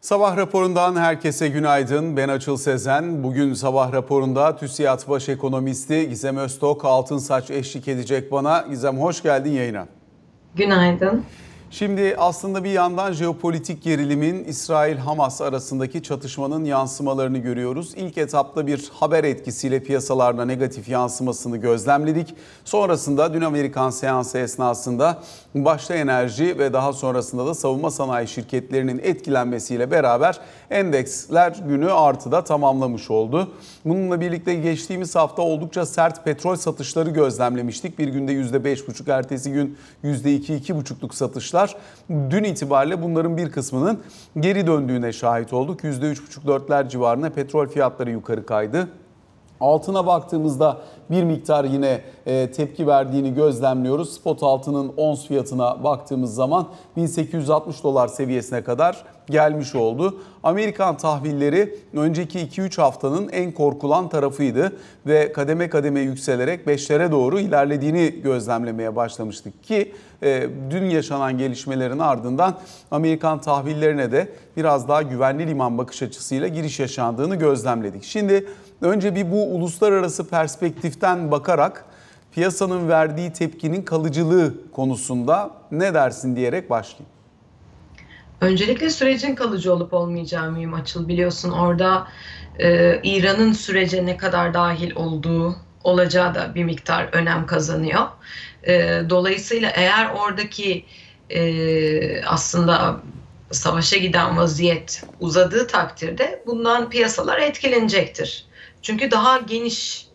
Sabah raporundan herkese günaydın. Ben Açıl Sezen. Bugün sabah raporunda TÜSİAD Baş Ekonomisti Gizem Öztok Altınsaç eşlik edecek bana. Gizem, hoş geldin yayına. Günaydın. Şimdi aslında bir yandan jeopolitik gerilimin İsrail-Hamas arasındaki çatışmanın yansımalarını görüyoruz. İlk etapta bir haber etkisiyle piyasalarda negatif yansımasını gözlemledik. Sonrasında dün Amerikan seansı esnasında başta enerji ve daha sonrasında da savunma sanayi şirketlerinin etkilenmesiyle beraber endeksler günü artıda tamamlamış oldu. Bununla birlikte geçtiğimiz hafta oldukça sert petrol satışları gözlemlemiştik. Bir günde %5,5, ertesi gün %2-2,5'luk satışlar. Dün itibariyle bunların bir kısmının geri döndüğüne şahit olduk. %3,5-4'ler civarında petrol fiyatları yukarı kaydı. Altına baktığımızda bir miktar yine tepki verdiğini gözlemliyoruz. Spot altının ons fiyatına baktığımız zaman 1860 dolar seviyesine kadar gelmiş oldu. Amerikan tahvilleri önceki 2-3 haftanın en korkulan tarafıydı ve kademe kademe yükselerek 5'lere doğru ilerlediğini gözlemlemeye başlamıştık ki dün yaşanan gelişmelerin ardından Amerikan tahvillerine de biraz daha güvenli liman bakış açısıyla giriş yaşandığını gözlemledik. Şimdi önce bir bu uluslararası perspektiften bakarak piyasanın verdiği tepkinin kalıcılığı konusunda ne dersin diyerek başlayayım. Öncelikle sürecin kalıcı olup olmayacağı mühim, Açıl. Biliyorsun orada İran'ın sürece ne kadar dahil olacağı da bir miktar önem kazanıyor. Dolayısıyla eğer oradaki aslında savaşa giden vaziyet uzadığı takdirde bundan piyasalar etkilenecektir. Çünkü daha geniş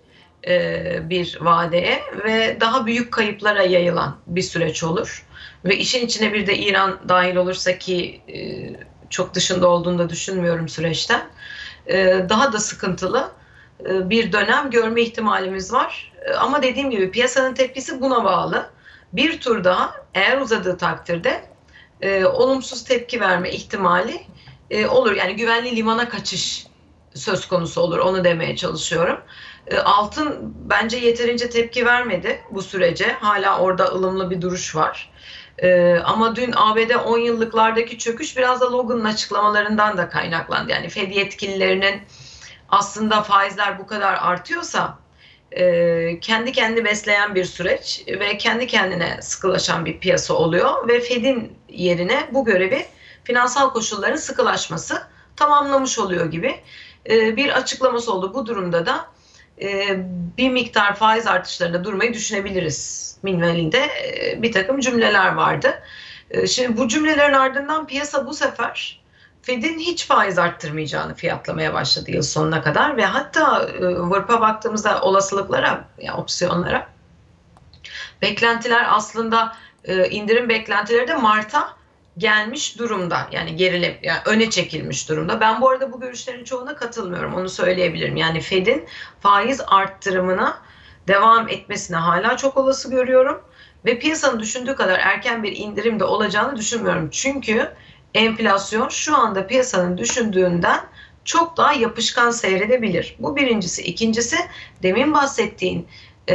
bir vadeye ve daha büyük kayıplara yayılan bir süreç olur. Ve işin içine bir de İran dahil olursa ki çok dışında olduğunu da düşünmüyorum süreçten. Daha da sıkıntılı bir dönem görme ihtimalimiz var. Ama dediğim gibi piyasanın tepkisi buna bağlı. Bir tur daha eğer uzadığı takdirde olumsuz tepki verme ihtimali olur. Yani güvenli limana kaçış söz konusu olur, onu demeye çalışıyorum. Altın bence yeterince tepki vermedi bu sürece. Hala orada ılımlı bir duruş var. Ama dün ABD 10 yıllıklardaki çöküş biraz da Logan'ın açıklamalarından da kaynaklandı. Yani Fed yetkililerinin aslında faizler bu kadar artıyorsa kendi kendini besleyen bir süreç ve kendi kendine sıkılaşan bir piyasa oluyor ve Fed'in yerine bu görevi finansal koşulların sıkılaşması tamamlamış oluyor gibi bir açıklaması oldu. Bu durumda da bir miktar faiz artışlarında durmayı düşünebiliriz minvalinde bir takım cümleler vardı. Şimdi bu cümlelerin ardından piyasa bu sefer Fed'in hiç faiz arttırmayacağını fiyatlamaya başladı yıl sonuna kadar ve hatta VIRP'a baktığımızda olasılıklara, yani opsiyonlara, beklentiler aslında indirim beklentileri de Mart'a gelmiş durumda. Yani yani öne çekilmiş durumda. Ben bu arada bu görüşlerin çoğuna katılmıyorum. Onu söyleyebilirim. Yani Fed'in faiz arttırımına devam etmesine hala çok olası görüyorum. Ve piyasanın düşündüğü kadar erken bir indirim de olacağını düşünmüyorum. Çünkü enflasyon şu anda piyasanın düşündüğünden çok daha yapışkan seyredebilir. Bu birincisi. İkincisi, demin bahsettiğin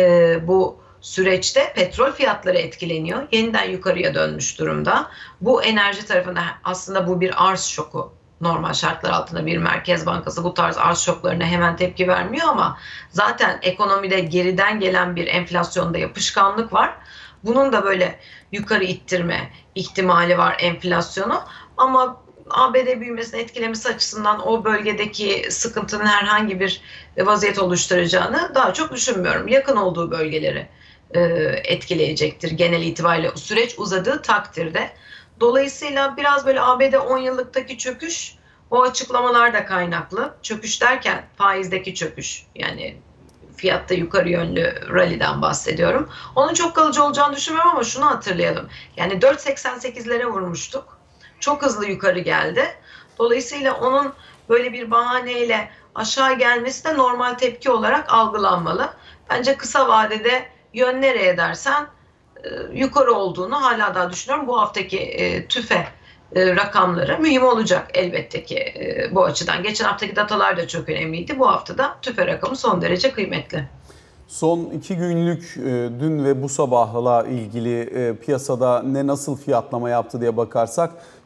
bu süreçte petrol fiyatları etkileniyor. Yeniden yukarıya dönmüş durumda. Bu enerji tarafında aslında bu bir arz şoku. Normal şartlar altında bir merkez bankası bu tarz arz şoklarına hemen tepki vermiyor ama zaten ekonomide geriden gelen bir enflasyonda yapışkanlık var. Bunun da böyle yukarı ittirme ihtimali var enflasyonu. Ama ABD büyümesini etkilemesi açısından o bölgedeki sıkıntının herhangi bir vaziyet oluşturacağını daha çok düşünmüyorum. Yakın olduğu bölgeleri etkileyecektir genel itibariyle süreç uzadığı takdirde. Dolayısıyla biraz böyle ABD 10 yıllıktaki çöküş o açıklamalar da kaynaklı. Çöküş derken faizdeki çöküş, yani fiyatta yukarı yönlü rally'den bahsediyorum. Onun çok kalıcı olacağını düşünmüyorum ama şunu hatırlayalım. Yani 4.88'lere vurmuştuk. Çok hızlı yukarı geldi. Dolayısıyla onun böyle bir bahaneyle aşağı gelmesi de normal tepki olarak algılanmalı. Bence kısa vadede yön nereye dersen yukarı olduğunu hala daha düşünüyorum. Bu haftaki TÜFE rakamları mühim olacak elbette ki bu açıdan. Geçen haftaki datalar da çok önemliydi. Bu haftada TÜFE rakamı son derece kıymetli. Son 2 günlük dün ve bu sabahla ilgili piyasada nasıl fiyatlama yaptı diye bakarsak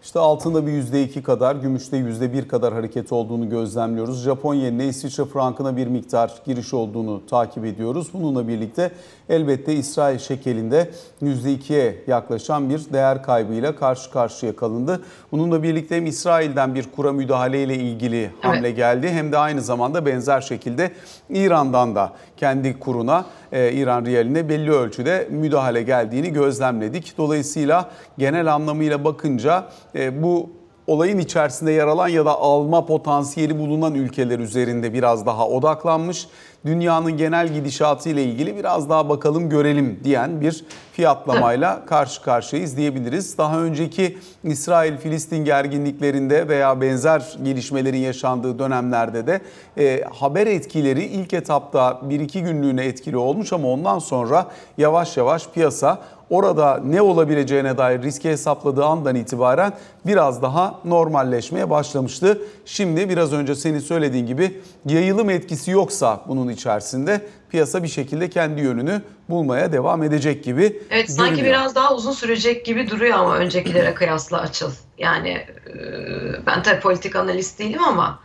İşte altında bir %2 kadar, gümüşte %1 kadar hareket olduğunu gözlemliyoruz. Japon yenine, İsviçre frankına bir miktar giriş olduğunu takip ediyoruz. Bununla birlikte elbette İsrail şekelinde %2'ye yaklaşan bir değer kaybıyla karşı karşıya kalındı. Bununla birlikte hem İsrail'den bir kura müdahaleyle ilgili hamle geldi, hem de aynı zamanda benzer şekilde İran'dan da kendi kuruna, İran riyaline belli ölçüde müdahale geldiğini gözlemledik. Dolayısıyla genel anlamıyla bakınca bu olayın içerisinde yer alan ya da alma potansiyeli bulunan ülkeler üzerinde biraz daha odaklanmış. Dünyanın genel gidişatı ile ilgili biraz daha bakalım görelim diyen bir fiyatlamayla karşı karşıyayız diyebiliriz. Daha önceki İsrail-Filistin gerginliklerinde veya benzer gelişmelerin yaşandığı dönemlerde de haber etkileri ilk etapta 1-2 günlüğüne etkili olmuş ama ondan sonra yavaş yavaş piyasa orada ne olabileceğine dair riski hesapladığı andan itibaren biraz daha normalleşmeye başlamıştı. Şimdi biraz önce senin söylediğin gibi yayılım etkisi yoksa bunun içerisinde piyasa bir şekilde kendi yönünü bulmaya devam edecek gibi Evet, sanki görünüyor. biraz daha uzun sürecek gibi duruyor ama öncekilere kıyasla Açıl. Yani ben tabii politik analist değilim ama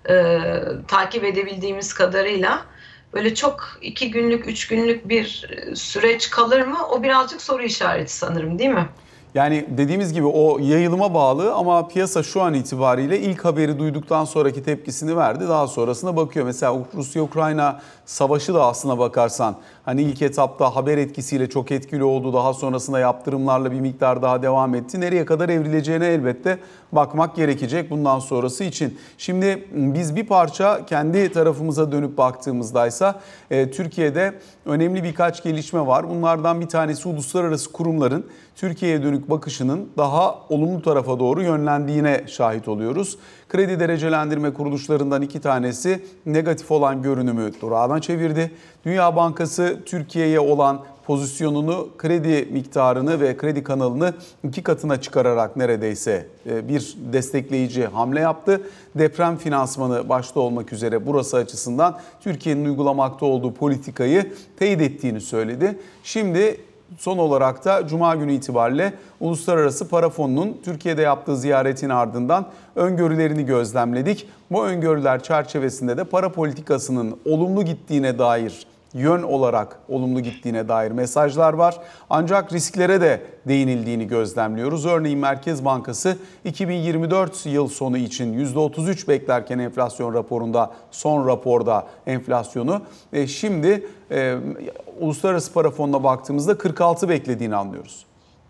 takip edebildiğimiz kadarıyla böyle çok 2 günlük, 3 günlük bir süreç kalır mı? O birazcık soru işareti sanırım, değil mi? Yani dediğimiz gibi o yayılıma bağlı ama piyasa şu an itibariyle ilk haberi duyduktan sonraki tepkisini verdi. Daha sonrasına bakıyor. Mesela Rusya-Ukrayna savaşı da aslına bakarsan hani ilk etapta haber etkisiyle çok etkili oldu. Daha sonrasında yaptırımlarla bir miktar daha devam etti. Nereye kadar evrileceğine elbette bakmak gerekecek bundan sonrası için. Şimdi biz bir parça kendi tarafımıza dönüp baktığımızdaysa Türkiye'de önemli birkaç gelişme var. Bunlardan bir tanesi uluslararası kurumların Türkiye'ye dönük bakışının daha olumlu tarafa doğru yönlendiğine şahit oluyoruz. Kredi derecelendirme kuruluşlarından 2 tanesi negatif olan görünümü durağına çevirdi. Dünya Bankası Türkiye'ye olan pozisyonunu, kredi miktarını ve kredi kanalını 2 katına çıkararak neredeyse bir destekleyici hamle yaptı. Deprem finansmanı başta olmak üzere burası açısından Türkiye'nin uygulamakta olduğu politikayı teyit ettiğini söyledi. Şimdi son olarak da Cuma günü itibariyle Uluslararası Para Fonu'nun Türkiye'de yaptığı ziyaretin ardından öngörülerini gözlemledik. Bu öngörüler çerçevesinde de para politikasının olumlu gittiğine dair, yön olarak olumlu gittiğine dair mesajlar var. Ancak risklere de değinildiğini gözlemliyoruz. Örneğin Merkez Bankası 2024 yıl sonu için %33 beklerken enflasyon raporunda, son raporda enflasyonu şimdi Uluslararası Para Fonu'na baktığımızda 46 beklediğini anlıyoruz.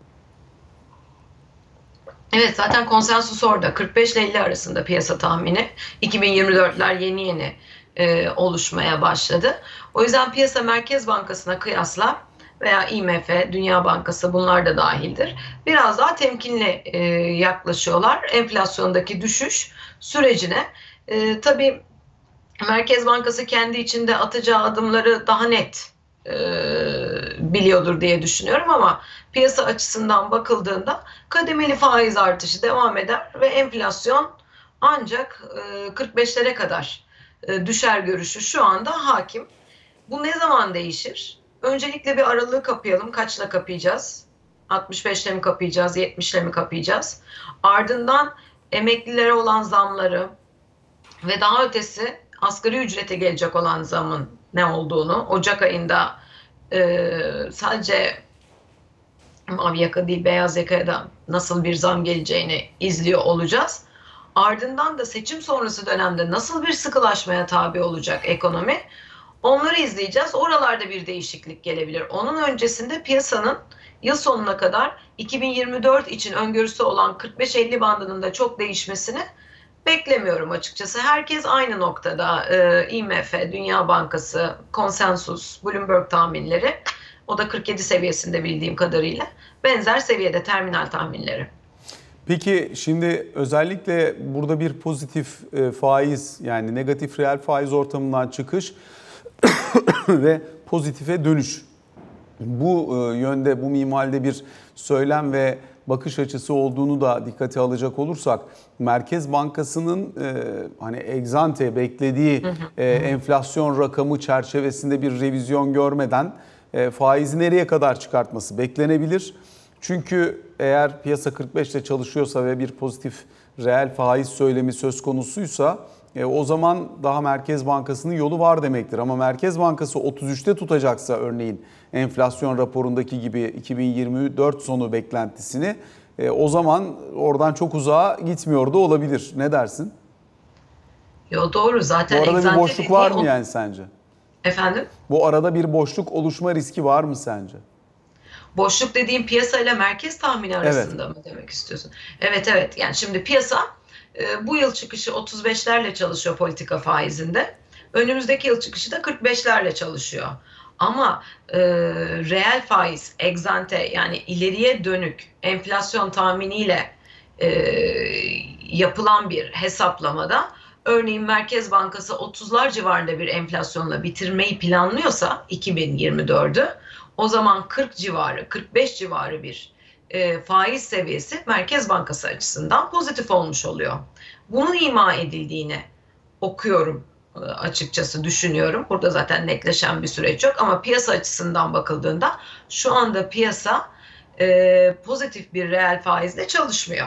Evet, zaten konsensus orada. 45 ile 50 arasında piyasa tahmini. 2024'ler yeni oluşmaya başladı. O yüzden piyasa Merkez Bankası'na kıyasla veya IMF, Dünya Bankası bunlar da dahildir. Biraz daha temkinli yaklaşıyorlar enflasyondaki düşüş sürecine. Tabii Merkez Bankası kendi içinde atacağı adımları daha net biliyordur diye düşünüyorum ama piyasa açısından bakıldığında kademeli faiz artışı devam eder ve enflasyon ancak 45'lere kadar düşer görüşü şu anda hakim. Bu ne zaman değişir? Öncelikle bir aralığı kapayalım. Kaçla kapayacağız? 65'le mi kapayacağız? 70'le mi kapayacağız? Ardından emeklilere olan zamları ve daha ötesi asgari ücrete gelecek olan zamın ne olduğunu, Ocak ayında sadece mavi yaka değil beyaz yakaya da nasıl bir zam geleceğini izliyor olacağız. Ardından da seçim sonrası dönemde nasıl bir sıkılaşmaya tabi olacak ekonomi, onları izleyeceğiz. Oralarda bir değişiklik gelebilir. Onun öncesinde piyasanın yıl sonuna kadar 2024 için öngörüsü olan 45-50 bandının da çok değişmesini beklemiyorum açıkçası. Herkes aynı noktada. IMF, Dünya Bankası, konsensus, Bloomberg tahminleri. O da 47 seviyesinde bildiğim kadarıyla. Benzer seviyede terminal tahminleri. Peki şimdi özellikle burada bir pozitif faiz, yani negatif reel faiz ortamından çıkış ve pozitife dönüş. Bu yönde, bu minvalde bir söylem ve bakış açısı olduğunu da dikkate alacak olursak, Merkez Bankası'nın hani egzante beklediği enflasyon rakamı çerçevesinde bir revizyon görmeden faizi nereye kadar çıkartması beklenebilir? Çünkü eğer piyasa 45 ile çalışıyorsa ve bir pozitif reel faiz söylemi söz konusuysa o zaman daha Merkez Bankası'nın yolu var demektir. Ama Merkez Bankası 33'te tutacaksa örneğin enflasyon raporundaki gibi 2024 sonu beklentisini o zaman oradan çok uzağa gitmiyor da olabilir. Ne dersin? Yo, doğru zaten. Bu arada bir boşluk var mı yani sence? Efendim? Bu arada bir boşluk oluşma riski var mı sence? Boşluk dediğim piyasa ile merkez tahmini arasında Evet. mı demek istiyorsun? Evet, evet. Yani şimdi piyasa bu yıl çıkışı 35'lerle çalışıyor politika faizinde. Önümüzdeki yıl çıkışı da 45'lerle çalışıyor. Ama reel faiz, egzante, yani ileriye dönük enflasyon tahminiyle e, yapılan bir hesaplamada, örneğin Merkez Bankası 30'lar civarında bir enflasyonla bitirmeyi planlıyorsa 2024'ü, o zaman 40 civarı, 45 civarı bir faiz seviyesi Merkez Bankası açısından pozitif olmuş oluyor. Bunun ima edildiğini okuyorum, açıkçası düşünüyorum. Burada zaten netleşen bir süreç yok ama piyasa açısından bakıldığında şu anda piyasa pozitif bir reel faizle çalışmıyor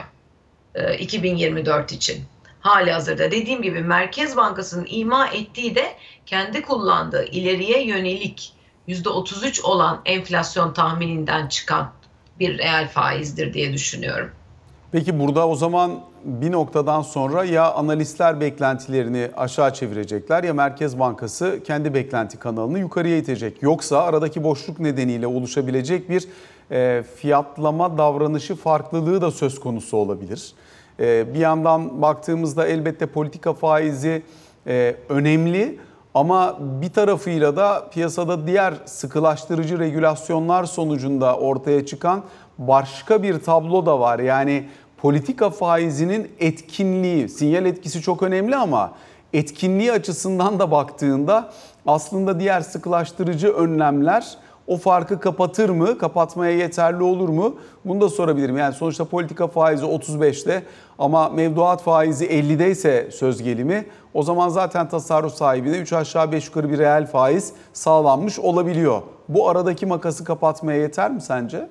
2024 için. Halihazırda dediğim gibi Merkez Bankası'nın ima ettiği de kendi kullandığı ileriye yönelik %33 olan enflasyon tahmininden çıkan bir reel faizdir diye düşünüyorum. Peki burada o zaman bir noktadan sonra ya analistler beklentilerini aşağı çevirecekler ya Merkez Bankası kendi beklenti kanalını yukarıya itecek. Yoksa aradaki boşluk nedeniyle oluşabilecek bir fiyatlama davranışı farklılığı da söz konusu olabilir. Bir yandan baktığımızda elbette politika faizi önemli ama bir tarafıyla da piyasada diğer sıkılaştırıcı regülasyonlar sonucunda ortaya çıkan başka bir tablo da var. Yani politika faizinin etkinliği, sinyal etkisi çok önemli ama etkinliği açısından da baktığında aslında diğer sıkılaştırıcı önlemler o farkı kapatır mı, kapatmaya yeterli olur mu? Bunu da sorabilirim. Yani sonuçta politika faizi 35'te ama mevduat faizi 50'de ise söz gelimi, o zaman zaten tasarruf sahibine 3 aşağı 5 yukarı bir reel faiz sağlanmış olabiliyor. Bu aradaki makası kapatmaya yeter mi sence?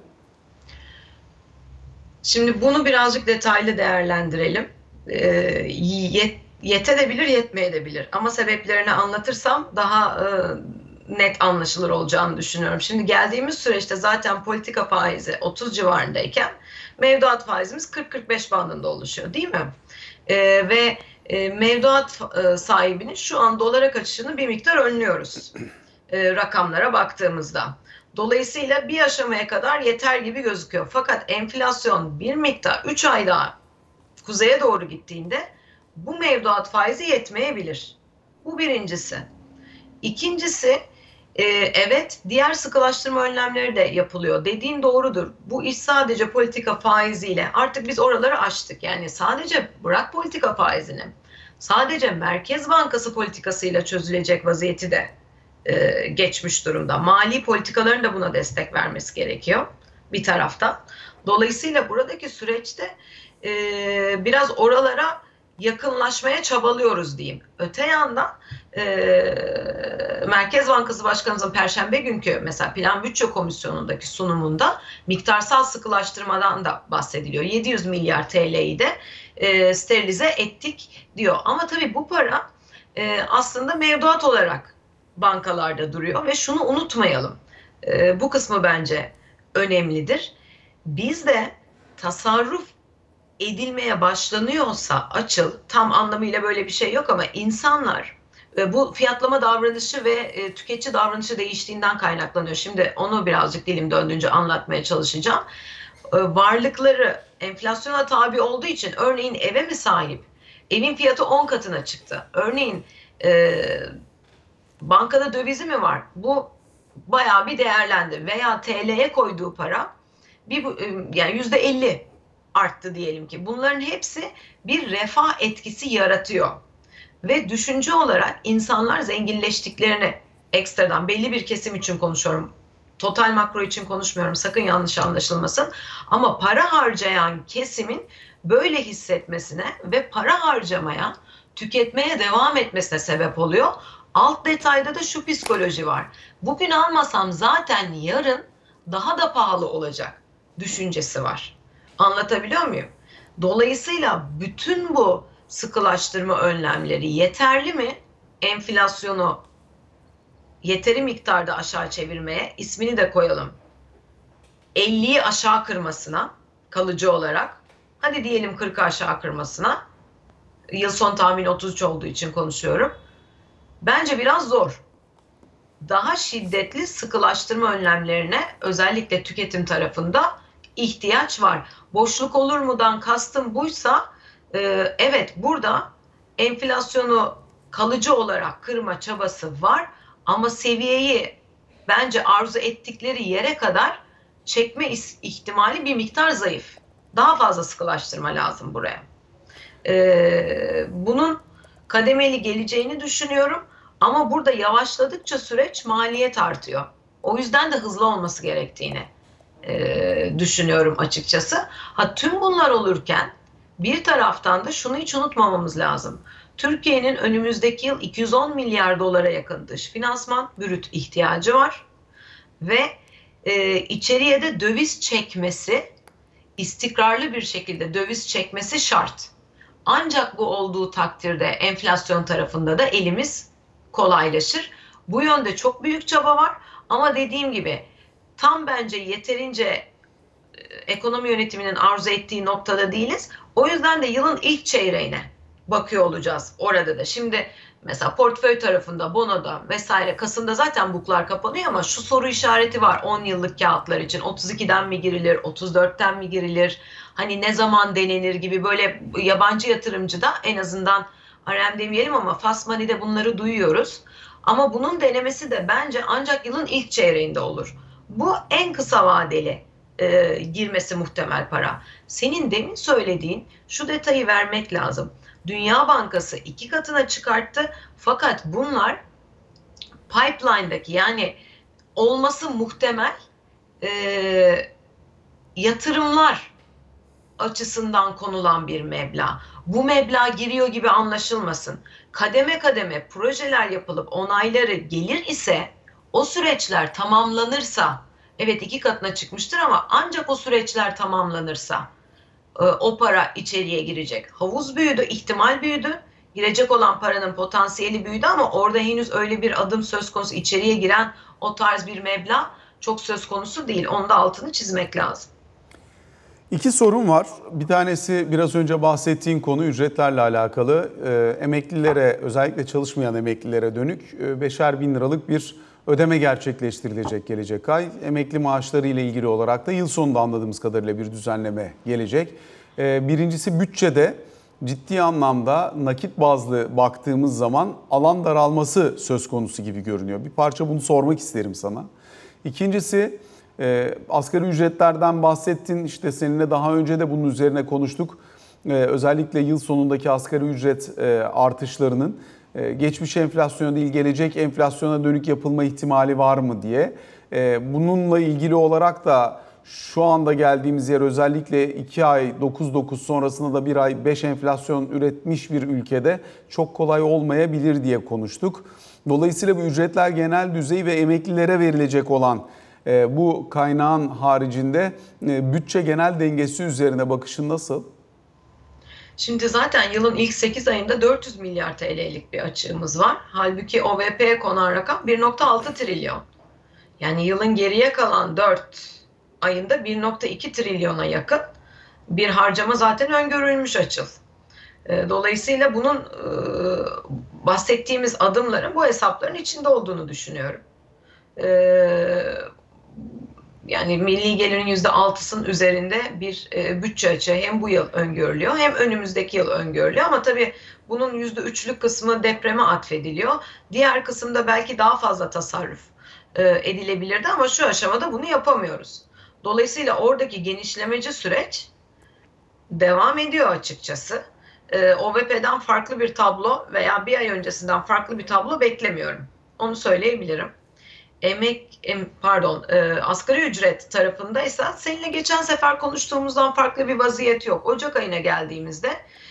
Şimdi bunu birazcık detaylı değerlendirelim. Yetebilir, yetmeyebilir. Ama sebeplerini anlatırsam daha net anlaşılır olacağını düşünüyorum. Şimdi geldiğimiz süreçte zaten politika faizi 30 civarındayken mevduat faizimiz 40-45 bandında oluşuyor, değil mi? Ve mevduat sahibinin şu an dolara kaçışını bir miktar önlüyoruz rakamlara baktığımızda. Dolayısıyla bir aşamaya kadar yeter gibi gözüküyor. Fakat enflasyon bir miktar 3 ay daha kuzeye doğru gittiğinde bu mevduat faizi yetmeyebilir. Bu birincisi. İkincisi, evet, diğer sıkılaştırma önlemleri de yapılıyor. Dediğin doğrudur. Bu iş sadece politika faiziyle artık biz oraları aştık. Yani sadece bırak politika faizini, sadece Merkez Bankası politikasıyla çözülecek vaziyeti de geçmiş durumda. Mali politikaların da buna destek vermesi gerekiyor bir taraftan. Dolayısıyla buradaki süreçte biraz oralara yakınlaşmaya çabalıyoruz diyeyim. Öte yandan Merkez Bankası Başkanımızın Perşembe günkü mesela Plan Bütçe Komisyonu'ndaki sunumunda miktarsal sıkılaştırmadan da bahsediliyor. 700 milyar TL'yi de sterilize ettik diyor. Ama tabii bu para aslında mevduat olarak bankalarda duruyor ve şunu unutmayalım. Bu kısmı bence önemlidir. Bizde tasarruf edilmeye başlanıyorsa açıl, tam anlamıyla böyle bir şey yok ama insanlar bu fiyatlama davranışı ve tüketici davranışı değiştiğinden kaynaklanıyor. Şimdi onu birazcık dilim döndüğünce anlatmaya çalışacağım. Varlıkları enflasyona tabi olduğu için, örneğin eve mi sahip? Evin fiyatı 10 katına çıktı. Örneğin bankada dövizi mi var? Bu bayağı bir değerlendi. Veya TL'ye koyduğu para yani %50 arttı diyelim ki. Bunların hepsi bir refah etkisi yaratıyor. Ve düşünce olarak insanlar zenginleştiklerini, ekstradan belli bir kesim için konuşuyorum. Total makro için konuşmuyorum. Sakın yanlış anlaşılmasın. Ama para harcayan kesimin böyle hissetmesine ve para harcamaya, tüketmeye devam etmesine sebep oluyor. Alt detayda da şu psikoloji var. Bugün almasam zaten yarın daha da pahalı olacak. düşüncesi var. Anlatabiliyor muyum? Dolayısıyla bütün bu sıkılaştırma önlemleri yeterli mi? Enflasyonu yeteri miktarda aşağı çevirmeye, ismini de koyalım, 50'yi aşağı kırmasına, kalıcı olarak, hadi diyelim 40'ı aşağı kırmasına, yıl son tahmini 33 olduğu için konuşuyorum. Bence biraz zor. Daha şiddetli sıkılaştırma önlemlerine özellikle tüketim tarafında ihtiyaç var. Boşluk olur mudan kastım buysa, evet, burada enflasyonu kalıcı olarak kırma çabası var ama seviyeyi bence arzu ettikleri yere kadar çekme ihtimali bir miktar zayıf. Daha fazla sıkılaştırma lazım buraya. Bunun kademeli geleceğini düşünüyorum ama burada yavaşladıkça süreç maliyet artıyor. O yüzden de hızlı olması gerektiğini düşünüyorum açıkçası. Tüm bunlar olurken bir taraftan da şunu hiç unutmamamız lazım. Türkiye'nin önümüzdeki yıl 210 milyar dolara yakın dış finansman brüt ihtiyacı var ve içeriye de döviz çekmesi, istikrarlı bir şekilde döviz çekmesi şart. Ancak bu olduğu takdirde enflasyon tarafında da elimiz kolaylaşır. Bu yönde çok büyük çaba var ama dediğim gibi tam bence yeterince ekonomi yönetiminin arzu ettiği noktada değiliz. O yüzden de yılın ilk çeyreğine bakıyor olacağız orada da. Şimdi mesela portföy tarafında, bonoda vesaire Kasım'da zaten buklar kapanıyor ama şu soru işareti var 10 yıllık kağıtlar için. 32'den mi girilir, 34'ten mi girilir? Hani ne zaman denenir gibi böyle yabancı yatırımcı da en azından RM demeyelim ama fast money'de bunları duyuyoruz. Ama bunun denemesi de bence ancak yılın ilk çeyreğinde olur. Bu en kısa vadeli girmesi muhtemel para. Senin demin söylediğin şu detayı vermek lazım. Dünya Bankası 2 katına çıkarttı fakat bunlar pipeline'daki yani olması muhtemel yatırımlar açısından konulan bir meblağ. Bu meblağ giriyor gibi anlaşılmasın. Kademe kademe projeler yapılıp onayları gelir ise o süreçler tamamlanırsa, evet 2 katına çıkmıştır ama ancak o süreçler tamamlanırsa o para içeriye girecek. Havuz büyüdü, ihtimal büyüdü. Girecek olan paranın potansiyeli büyüdü ama orada henüz öyle bir adım söz konusu, içeriye giren o tarz bir meblağ çok söz konusu değil. Onun da altını çizmek lazım. İki sorun var. Bir tanesi biraz önce bahsettiğin konu ücretlerle alakalı. Emeklilere, özellikle çalışmayan emeklilere dönük 5'er bin liralık bir ödeme gerçekleştirilecek gelecek ay. Emekli maaşları ile ilgili olarak da yıl sonunda anladığımız kadarıyla bir düzenleme gelecek. Birincisi bütçede ciddi anlamda nakit bazlı baktığımız zaman alan daralması söz konusu gibi görünüyor. Bir parça bunu sormak isterim sana. İkincisi, asgari ücretlerden bahsettin. İşte seninle daha önce de bunun üzerine konuştuk. Özellikle yıl sonundaki asgari ücret artışlarının geçmiş enflasyona değil gelecek enflasyona dönük yapılma ihtimali var mı diye. Bununla ilgili olarak da şu anda geldiğimiz yer özellikle 2 ay 9-9 sonrasında da 1 ay 5 enflasyon üretmiş bir ülkede çok kolay olmayabilir diye konuştuk. Dolayısıyla bu ücretler genel düzey ve emeklilere verilecek olan bu kaynağın haricinde bütçe genel dengesi üzerine bakışın nasıl? Şimdi zaten yılın ilk 8 ayında 400 milyar TL'lik bir açığımız var. Halbuki OVP'ye konan rakam 1,6 trilyon. Yani yılın geriye kalan 4 ayında 1,2 trilyona yakın bir harcama zaten öngörülmüş açıl. Dolayısıyla bunun bahsettiğimiz adımların bu hesapların içinde olduğunu düşünüyorum. Yani milli gelirin %6'sının üzerinde bir bütçe açığı hem bu yıl öngörülüyor hem önümüzdeki yıl öngörülüyor. Ama tabii bunun %3'lük kısmı depreme atfediliyor. Diğer kısımda belki daha fazla tasarruf edilebilirdi ama şu aşamada bunu yapamıyoruz. Dolayısıyla oradaki genişlemeci süreç devam ediyor açıkçası. OVP'den farklı bir tablo veya bir ay öncesinden farklı bir tablo beklemiyorum. Onu söyleyebilirim. Asgari ücret tarafındaysa seninle geçen sefer konuştuğumuzdan farklı bir vaziyet yok. Ocak ayına geldiğimizde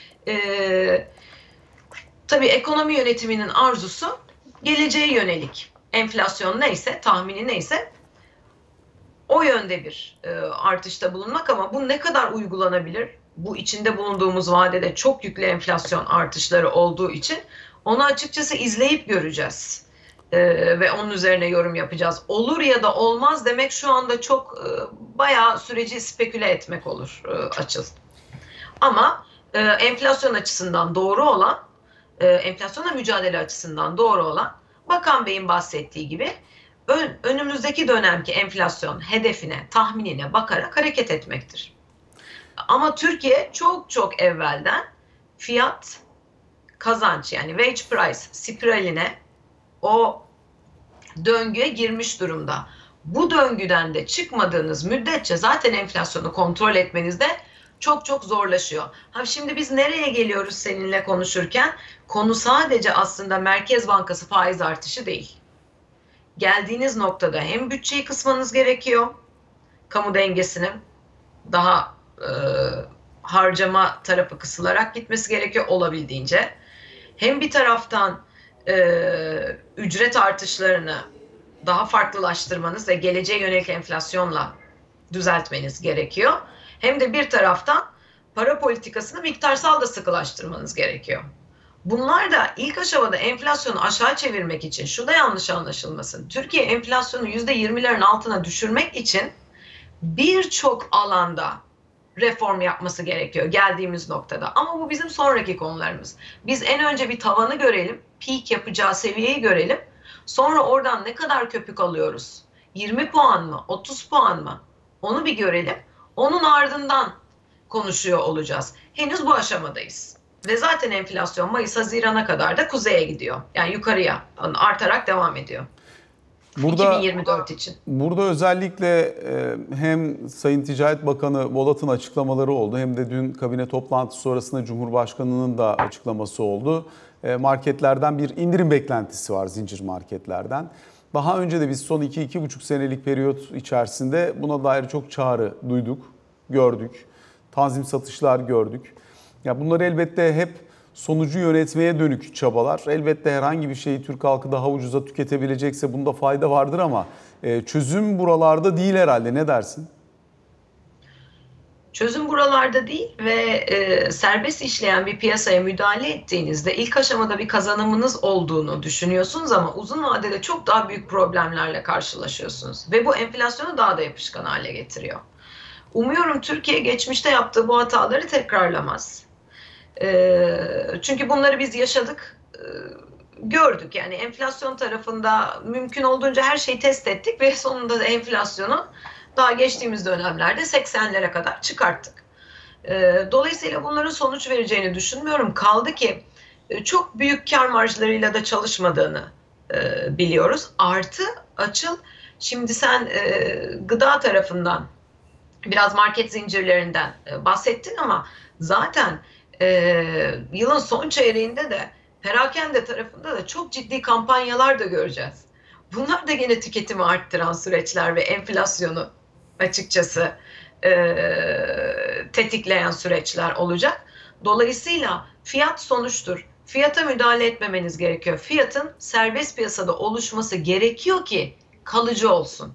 tabii ekonomi yönetiminin arzusu geleceğe yönelik enflasyon neyse, tahmini neyse o yönde bir artışta bulunmak, ama bu ne kadar uygulanabilir? Bu içinde bulunduğumuz vadede çok yüklü enflasyon artışları olduğu için onu açıkçası izleyip göreceğiz. Ve onun üzerine yorum yapacağız. Olur ya da olmaz demek şu anda çok bayağı süreci speküle etmek olur Açıl. Ama enflasyon açısından doğru olan, enflasyonla mücadele açısından doğru olan, Bakan Bey'in bahsettiği gibi önümüzdeki dönemki enflasyon hedefine, tahminine bakarak hareket etmektir. Ama Türkiye çok çok evvelden fiyat kazanç, yani wage price spiraline, o döngüye girmiş durumda. Bu döngüden de çıkmadığınız müddetçe zaten enflasyonu kontrol etmeniz de çok çok zorlaşıyor. Şimdi biz nereye geliyoruz seninle konuşurken? Konu sadece aslında Merkez Bankası faiz artışı değil. Geldiğiniz noktada hem bütçeyi kısmanız gerekiyor, kamu dengesinin daha harcama tarafı kısılarak gitmesi gerekiyor olabildiğince. Hem bir taraftan ücret artışlarını daha farklılaştırmanız ve geleceğe yönelik enflasyonla düzeltmeniz gerekiyor. Hem de bir taraftan para politikasını miktarsal da sıkılaştırmanız gerekiyor. Bunlar da ilk aşamada enflasyonu aşağı çevirmek için, şu da yanlış anlaşılmasın, Türkiye enflasyonu %20'lerin altına düşürmek için birçok alanda reform yapması gerekiyor geldiğimiz noktada. Ama bu bizim sonraki konularımız. Biz en önce bir tavanı görelim, peak yapacağı seviyeyi görelim. Sonra oradan ne kadar köpük alıyoruz? 20 puan mı, 30 puan mı? Onu bir görelim. Onun ardından konuşuyor olacağız. Henüz bu aşamadayız. Ve zaten enflasyon Mayıs-Haziran'a kadar da kuzeye gidiyor. Yani yukarıya artarak devam ediyor. 2024 için. Burada özellikle hem Sayın Ticaret Bakanı Bolat'ın açıklamaları oldu, hem de dün kabine toplantısı sonrasında Cumhurbaşkanı'nın da açıklaması oldu. Marketlerden bir indirim beklentisi var, zincir marketlerden. Daha önce de biz son 2-2,5 senelik periyot içerisinde buna dair çok çağrı duyduk, gördük. Tanzim satışlar gördük. Ya bunlar elbette hep sonucu yönetmeye dönük çabalar. Elbette herhangi bir şeyi Türk halkı daha ucuza tüketebilecekse bunda fayda vardır ama çözüm buralarda değil herhalde. Ne dersin? Çözüm buralarda değil ve serbest işleyen bir piyasaya müdahale ettiğinizde ilk aşamada bir kazanımınız olduğunu düşünüyorsunuz ama uzun vadede çok daha büyük problemlerle karşılaşıyorsunuz. Ve bu enflasyonu daha da yapışkan hale getiriyor. Umuyorum Türkiye geçmişte yaptığı bu hataları tekrarlamaz. Çünkü bunları biz yaşadık, gördük. Yani enflasyon tarafında mümkün olduğunca her şeyi test ettik ve sonunda da enflasyonu daha geçtiğimiz dönemlerde 80'lere kadar çıkarttık. Dolayısıyla bunların sonuç vereceğini düşünmüyorum. Kaldı ki çok büyük kar marjlarıyla da çalışmadığını biliyoruz. Artı Açıl, şimdi sen gıda tarafından, biraz market zincirlerinden bahsettin ama zaten yılın son çeyreğinde de perakende tarafında da çok ciddi kampanyalar da göreceğiz. Bunlar da gene tüketimi arttıran süreçler ve enflasyonu açıkçası tetikleyen süreçler olacak. Dolayısıyla fiyat sonuçtur. Fiyata müdahale etmemeniz gerekiyor. Fiyatın serbest piyasada oluşması gerekiyor ki kalıcı olsun.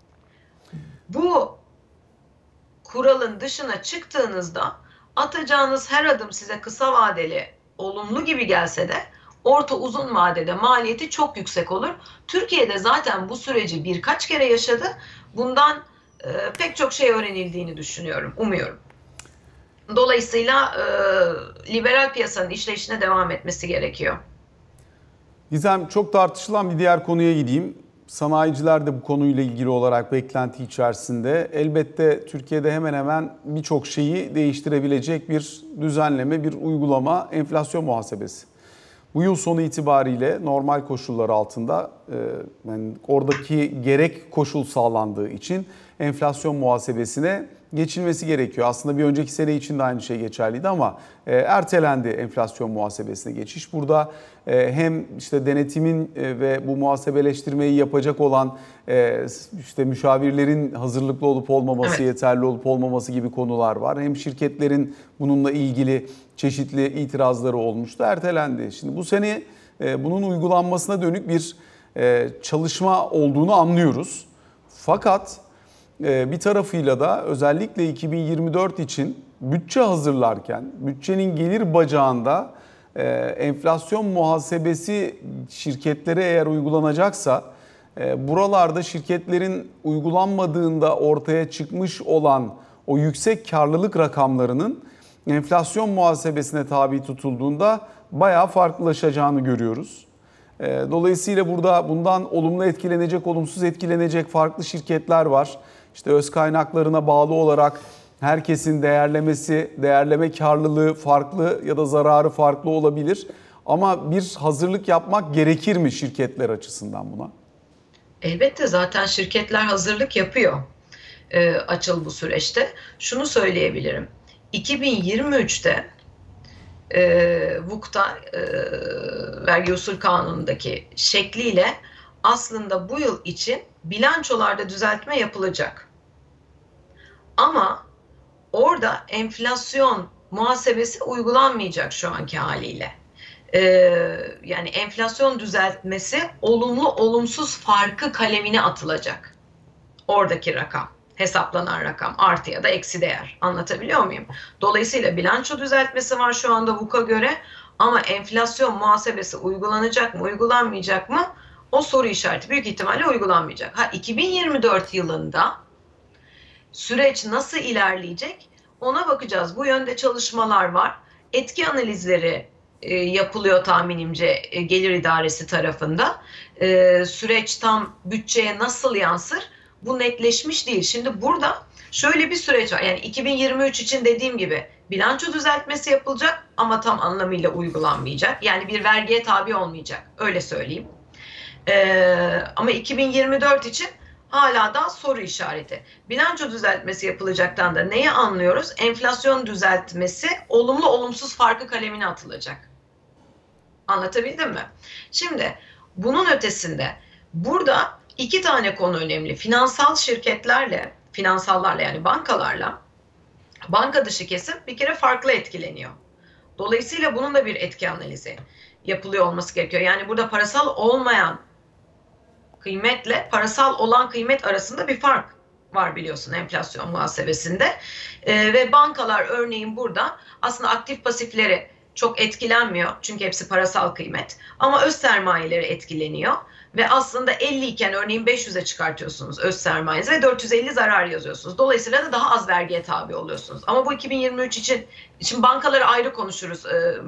Bu kuralın dışına çıktığınızda atacağınız her adım size kısa vadeli olumlu gibi gelse de orta uzun vadede maliyeti çok yüksek olur. Türkiye'de zaten bu süreci birkaç kere yaşadı. Bundan pek çok şey öğrenildiğini düşünüyorum, umuyorum. Dolayısıyla liberal piyasanın işleyişine devam etmesi gerekiyor. Gizem, çok tartışılan bir diğer konuya gideyim. Sanayiciler de bu konuyla ilgili olarak beklenti içerisinde. Elbette Türkiye'de hemen hemen birçok şeyi değiştirebilecek bir düzenleme, bir uygulama enflasyon muhasebesi. Bu yıl sonu itibariyle normal koşullar altında yani oradaki gerek koşul sağlandığı için enflasyon muhasebesine geçilmesi gerekiyor. Aslında bir önceki sene için de aynı şey geçerliydi ama ertelendi enflasyon muhasebesine geçiş. Burada hem işte denetimin ve bu muhasebeleştirmeyi yapacak olan işte müşavirlerin hazırlıklı olup olmaması, evet, yeterli olup olmaması gibi konular var. Hem şirketlerin bununla ilgili çeşitli itirazları olmuştu, ertelendi. Şimdi bu sene bunun uygulanmasına dönük bir çalışma olduğunu anlıyoruz. Fakat bir tarafıyla da özellikle 2024 için bütçe hazırlarken bütçenin gelir bacağında enflasyon muhasebesi şirketlere eğer uygulanacaksa buralarda şirketlerin uygulanmadığında ortaya çıkmış olan o yüksek karlılık rakamlarının enflasyon muhasebesine tabi tutulduğunda bayağı farklılaşacağını görüyoruz. Dolayısıyla burada bundan olumlu etkilenecek, olumsuz etkilenecek farklı şirketler var. İşte öz kaynaklarına bağlı olarak herkesin değerleme karlılığı farklı ya da zararı farklı olabilir. Ama bir hazırlık yapmak gerekir mi şirketler açısından buna? Elbette zaten şirketler hazırlık yapıyor Açıl bu süreçte. Şunu söyleyebilirim. 2023'te VUK'ta vergi usul kanunundaki şekliyle aslında bu yıl için bilançolarda düzeltme yapılacak. Ama orada enflasyon muhasebesi uygulanmayacak şu anki haliyle. Yani enflasyon düzeltmesi olumlu olumsuz farkı kalemine atılacak. Oradaki rakam, hesaplanan rakam artı ya da eksi değer. Anlatabiliyor muyum? Dolayısıyla bilanço düzeltmesi var şu anda VUK'a göre ama enflasyon muhasebesi uygulanacak mı, uygulanmayacak mı? O soru işareti, büyük ihtimalle uygulanmayacak. 2024 yılında süreç nasıl ilerleyecek? Ona bakacağız. Bu yönde çalışmalar var. Etki analizleri yapılıyor tahminimce Gelir İdaresi tarafında. Süreç tam bütçeye nasıl yansır? Bu netleşmiş değil. Şimdi burada şöyle bir süreç var. Yani 2023 için dediğim gibi bilanço düzeltmesi yapılacak ama tam anlamıyla uygulanmayacak. Yani bir vergiye tabi olmayacak. Öyle söyleyeyim. Ama 2024 için hala da soru işareti. Bilanço düzeltmesi yapılacaktan da neyi anlıyoruz? Enflasyon düzeltmesi olumlu olumsuz farkı kalemine atılacak. Anlatabildim mi? Şimdi bunun ötesinde burada iki tane konu önemli. Finansal şirketlerle, finansallarla yani bankalarla banka dışı kesim bir kere farklı etkileniyor. Dolayısıyla bunun da bir etki analizi yapılıyor olması gerekiyor. Yani burada parasal olmayan kıymetle parasal olan kıymet arasında bir fark var biliyorsun enflasyon muhasebesinde. Ve bankalar örneğin burada aslında aktif pasifleri çok etkilenmiyor çünkü hepsi parasal kıymet ama öz sermayeleri etkileniyor ve aslında 50 iken örneğin 500'e çıkartıyorsunuz öz sermayenizi ve 450 zarar yazıyorsunuz. Dolayısıyla da daha az vergiye tabi oluyorsunuz. Ama bu 2023 için şimdi bankaları ayrı konuşuruz.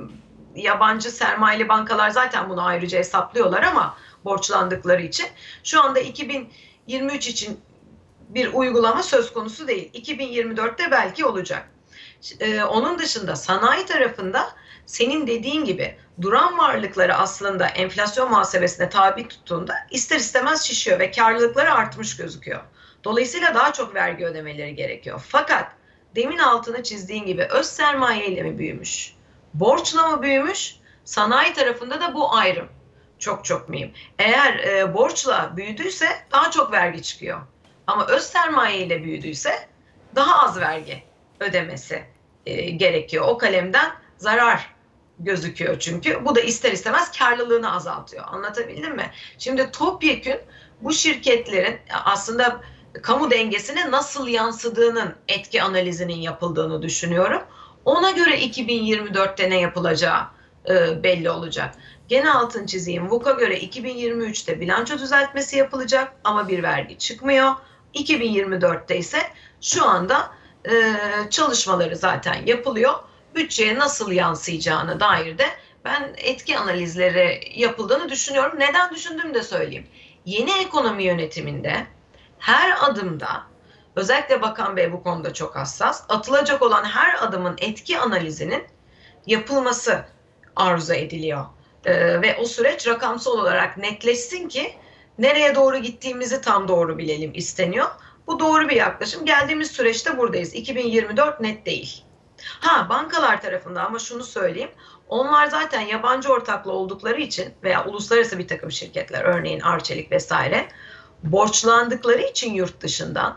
Yabancı sermayeli bankalar zaten bunu ayrıca hesaplıyorlar ama borçlandıkları için. Şu anda 2023 için bir uygulama söz konusu değil. 2024'te belki olacak. Onun dışında sanayi tarafında senin dediğin gibi duran varlıkları aslında enflasyon muhasebesine tabi tuttuğunda ister istemez şişiyor ve karlılıkları artmış gözüküyor. Dolayısıyla daha çok vergi ödemeleri gerekiyor. Fakat demin altını çizdiğin gibi öz sermaye ile mi büyümüş, borçla mı büyümüş, sanayi tarafında da bu ayrım. Çok mühim. Eğer borçla büyüdüyse daha çok vergi çıkıyor. Ama öz sermaye ile büyüdüyse daha az vergi ödemesi gerekiyor. O kalemden zarar gözüküyor çünkü. Bu da ister istemez karlılığını azaltıyor. Anlatabildim mi? Şimdi topyekün bu şirketlerin aslında kamu dengesine nasıl yansıdığının etki analizinin yapıldığını düşünüyorum. Ona göre 2024'te ne yapılacağı belli olacak. Gene altın çizeyim. VUK'a göre 2023'te bilanço düzeltmesi yapılacak ama bir vergi çıkmıyor. 2024'te ise şu anda çalışmaları zaten yapılıyor. Bütçeye nasıl yansıyacağına dair de ben etki analizleri yapıldığını düşünüyorum. Neden düşündüğümü de söyleyeyim. Yeni ekonomi yönetiminde her adımda özellikle Bakan Bey bu konuda çok hassas. Atılacak olan her adımın etki analizinin yapılması arzu ediliyor. Ve o süreç rakamsal olarak netleşsin ki nereye doğru gittiğimizi tam doğru bilelim isteniyor. Bu doğru bir yaklaşım. Geldiğimiz süreçte buradayız. 2024 net değil. Bankalar tarafında ama şunu söyleyeyim. Onlar zaten yabancı ortaklı oldukları için veya uluslararası bir takım şirketler örneğin Arçelik vesaire borçlandıkları için yurt dışından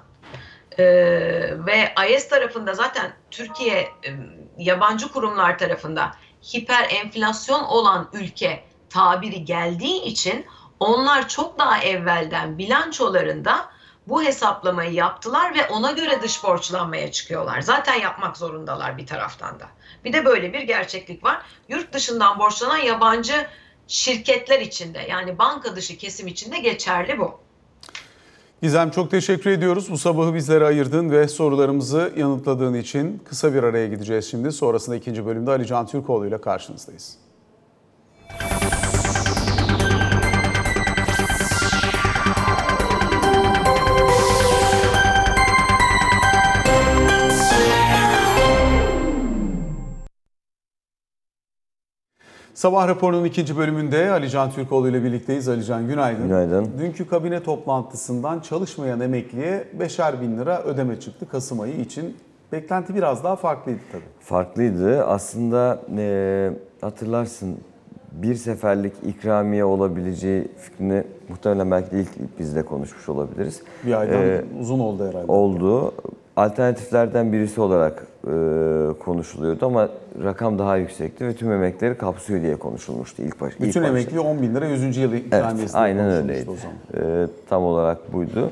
ve AES tarafında zaten Türkiye yabancı kurumlar tarafında hiper enflasyon olan ülke tabiri geldiği için onlar çok daha evvelden bilançolarında bu hesaplamayı yaptılar ve ona göre dış borçlanmaya çıkıyorlar. Zaten yapmak zorundalar bir taraftan da. Bir de böyle bir gerçeklik var. Yurt dışından borçlanan yabancı şirketler içinde, yani banka dışı kesim içinde geçerli bu. Gizem, çok teşekkür ediyoruz. Bu sabahı bizlere ayırdığın ve sorularımızı yanıtladığın için. Kısa bir araya gideceğiz şimdi. Sonrasında ikinci bölümde Ali Can Türkoğlu ile karşınızdayız. Sabah raporunun ikinci bölümünde Ali Can Türkoğlu ile birlikteyiz. Ali Can, günaydın. Günaydın. Dünkü kabine toplantısından çalışmayan emekliye 5'er bin lira ödeme çıktı Kasım ayı için. Beklenti biraz daha farklıydı tabii. Farklıydı. Aslında hatırlarsın, bir seferlik ikramiye olabileceği fikrini muhtemelen belki de ilk bizle konuşmuş olabiliriz. Bir aydan uzun oldu herhalde. Oldu. Alternatiflerden birisi olarak konuşuluyordu ama rakam daha yüksekti ve tüm emeklileri kapsıyor diye konuşulmuştu ilk başta. Bütün emekli 10 bin lira 100. yıl ikramiyesi. Evet, aynen öyleydi. O zaman. Tam olarak buydu.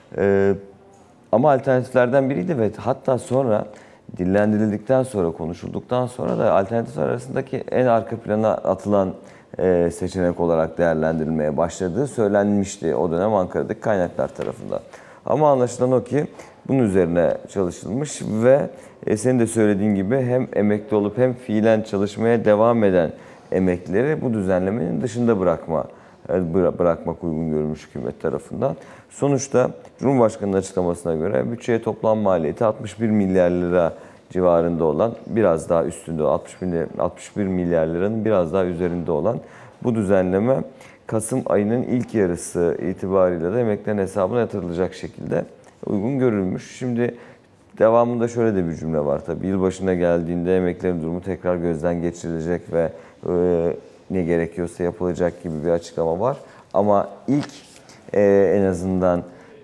Ama alternatiflerden biriydi ve hatta sonra dillendirildikten sonra, konuşulduktan sonra da alternatif arasındaki en arka plana atılan seçenek olarak değerlendirilmeye başladığı söylenmişti o dönem Ankara'daki kaynaklar tarafından. Ama anlaşılan o ki bunun üzerine çalışılmış ve senin de söylediğin gibi hem emekli olup hem fiilen çalışmaya devam eden emeklileri bu düzenlemenin dışında bırakmak uygun görülmüş hükümet tarafından. Sonuçta Cumhurbaşkanı'nın açıklamasına göre bütçeye toplam maliyeti 61 milyar lira civarında olan, biraz daha üstünde 61 milyar liranın biraz daha üzerinde olan bu düzenleme Kasım ayının ilk yarısı itibariyle de emeklilerin hesabına yatırılacak şekilde uygun görülmüş. Şimdi devamında şöyle de bir cümle var tabii. Yılbaşına geldiğinde emeklilerin durumu tekrar gözden geçirilecek ve ne gerekiyorsa yapılacak gibi bir açıklama var. Ama ilk en azından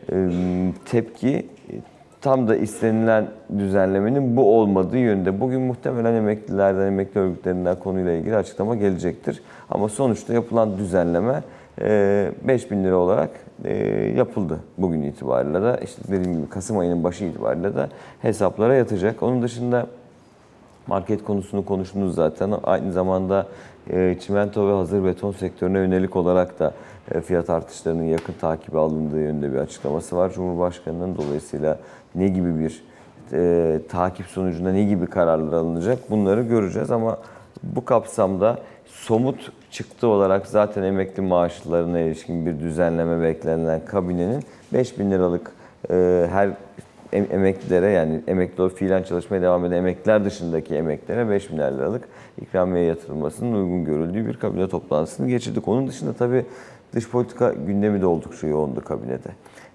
tepki tam da istenilen düzenlemenin bu olmadığı yönde. Bugün muhtemelen emeklilerden, emekli örgütlerinden konuyla ilgili açıklama gelecektir. Ama sonuçta yapılan düzenleme 5 bin lira olarak yapıldı bugün itibariyle de. İşte dediğim gibi Kasım ayının başı itibariyle de hesaplara yatacak. Onun dışında market konusunu konuştunuz zaten. Aynı zamanda çimento ve hazır beton sektörüne yönelik olarak da fiyat artışlarının yakın takibi alındığı yönünde bir açıklaması var Cumhurbaşkanı'nın. Dolayısıyla ne gibi bir takip sonucunda ne gibi kararlar alınacak bunları göreceğiz ama bu kapsamda somut çıktı olarak zaten emekli maaşlarına ilişkin bir düzenleme beklenen kabinenin 5 bin liralık her emeklilere, yani emekli olup fiilen çalışmaya devam eden emekliler dışındaki emeklilere 5 milyar liralık ikramiye yatırılmasının uygun görüldüğü bir kabine toplantısını geçirdik. Onun dışında tabii dış politika gündemi de oldukça yoğundu kabinede.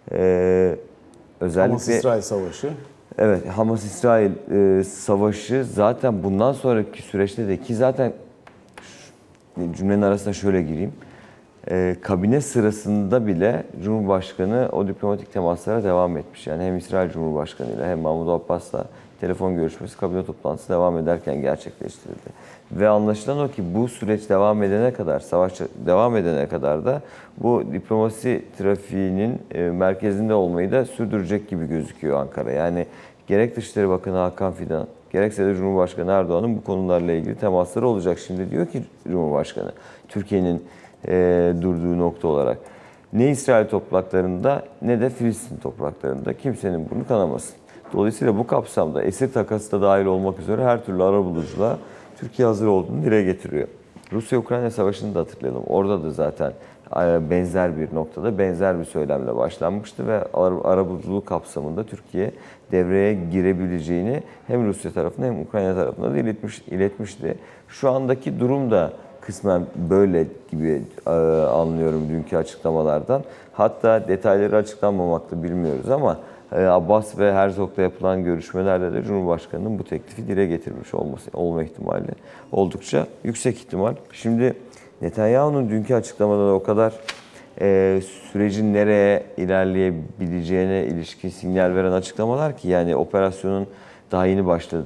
Özellikle Hamas-İsrail savaşı. Evet, Hamas-İsrail savaşı zaten bundan sonraki süreçte de ki zaten cümlenin arasına şöyle gireyim. Kabine sırasında bile Cumhurbaşkanı o diplomatik temaslara devam etmiş. Yani hem İsrail Cumhurbaşkanı ile hem Mahmut Abbas'la telefon görüşmesi kabine toplantısı devam ederken gerçekleştirildi. Ve anlaşılan o ki bu süreç devam edene kadar, savaş devam edene kadar da bu diplomasi trafiğinin merkezinde olmayı da sürdürecek gibi gözüküyor Ankara. Yani gerek Dışişleri Bakanı Hakan Fidan, gerekse de Cumhurbaşkanı Erdoğan'ın bu konularla ilgili temasları olacak. Şimdi diyor ki Cumhurbaşkanı, Türkiye'nin durduğu nokta olarak ne İsrail topraklarında ne de Filistin topraklarında kimsenin burnu kanamasın. Dolayısıyla bu kapsamda esir takası da dahil olmak üzere her türlü arabuluculuğa Türkiye hazır olduğunu dile getiriyor. Rusya-Ukrayna Savaşı'nı da hatırlayalım. Orada da zaten benzer bir noktada benzer bir söylemle başlanmıştı ve arabuluculuk kapsamında Türkiye devreye girebileceğini hem Rusya tarafına hem Ukrayna tarafına da iletmişti. Şu andaki durum da kısmen böyle gibi anlıyorum dünkü açıklamalardan. Hatta detayları açıklanmamakta bilmiyoruz ama Abbas ve Herzog'la yapılan görüşmelerde de Cumhurbaşkanı'nın bu teklifi dile getirmiş olma ihtimali oldukça yüksek ihtimal. Şimdi Netanyahu'nun dünkü açıklamada da o kadar sürecin nereye ilerleyebileceğine ilişkin sinyal veren açıklamalar ki, yani operasyonun daha yeni başladığını,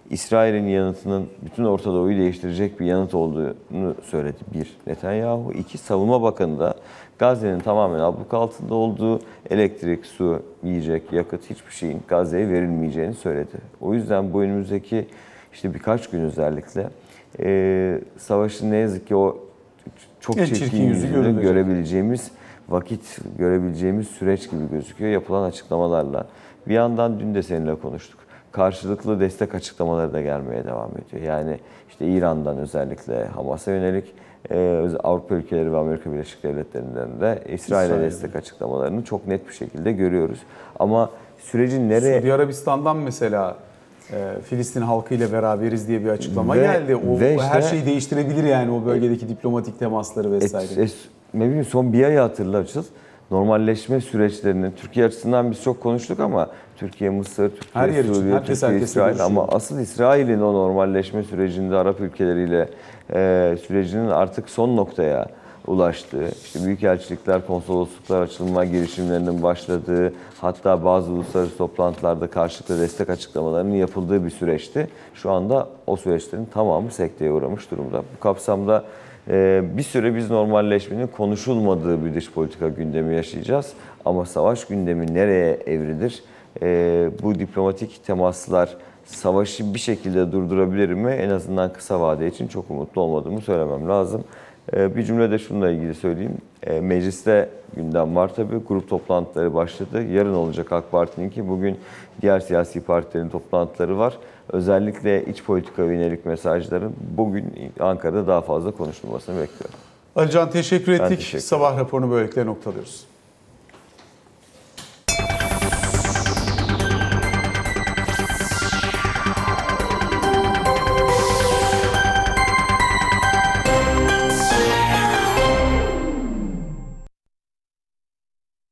İsrail'in yanıtının bütün Orta Doğu'yu değiştirecek bir yanıt olduğunu söyledi bir Netanyahu. İki, Savunma Bakanı da Gazze'nin tamamen abluk altında olduğu, elektrik, su, yiyecek, yakıt hiçbir şeyin Gazze'ye verilmeyeceğini söyledi. O yüzden bu önümüzdeki işte birkaç gün özellikle savaşın ne yazık ki o çok En çirkin çirkin yüzü yüzünü görülecek. görebileceğimiz vakit görebileceğimiz süreç gibi gözüküyor yapılan açıklamalarla. Bir yandan dün de seninle konuştuk. Karşılıklı destek açıklamaları da gelmeye devam ediyor. Yani işte İran'dan özellikle Hamas'a yönelik Avrupa ülkeleri ve Amerika Birleşik Devletleri'nden de İsrail'e destek açıklamalarını çok net bir şekilde görüyoruz. Ama sürecin nereye... Suudi Arabistan'dan mesela Filistin halkıyla beraberiz diye bir açıklama geldi. O ve her işte- şeyi değiştirebilir yani o bölgedeki diplomatik temasları vesaire. Ne bileyim son bir ay hatırla Açıl. Normalleşme süreçlerini Türkiye açısından biz çok konuştuk ama Türkiye, Mısır, Her yer Türkiye, için, Suriye, herkes Türkiye, herkesle İsrail görüşüyor. ama asıl İsrail'in o normalleşme sürecinde Arap ülkeleriyle sürecinin artık son noktaya ulaştığı, işte büyükelçilikler, konsolosluklar açılma girişimlerinin başladığı, hatta bazı uluslararası toplantılarda karşılıklı destek açıklamalarının yapıldığı bir süreçti. Şu anda o süreçlerin tamamı sekteye uğramış durumda. Bu kapsamda bir süre biz normalleşmenin konuşulmadığı bir dış politika gündemi yaşayacağız. Ama savaş gündemi nereye evrilir? Bu diplomatik temaslar savaşı bir şekilde durdurabilir mi? En azından kısa vade için çok umutlu olmadığımı söylemem lazım. Bir cümlede şununla ilgili söyleyeyim. Mecliste gündem var tabii. Grup toplantıları başladı. Yarın olacak AK Parti'ninki. Bugün diğer siyasi partilerin toplantıları var. Özellikle iç politika yönelik mesajların bugün Ankara'da daha fazla konuşulmasını bekliyorum. Alican teşekkür ettik. teşekkür ederim. Sabah raporunu böylelikle noktalıyoruz.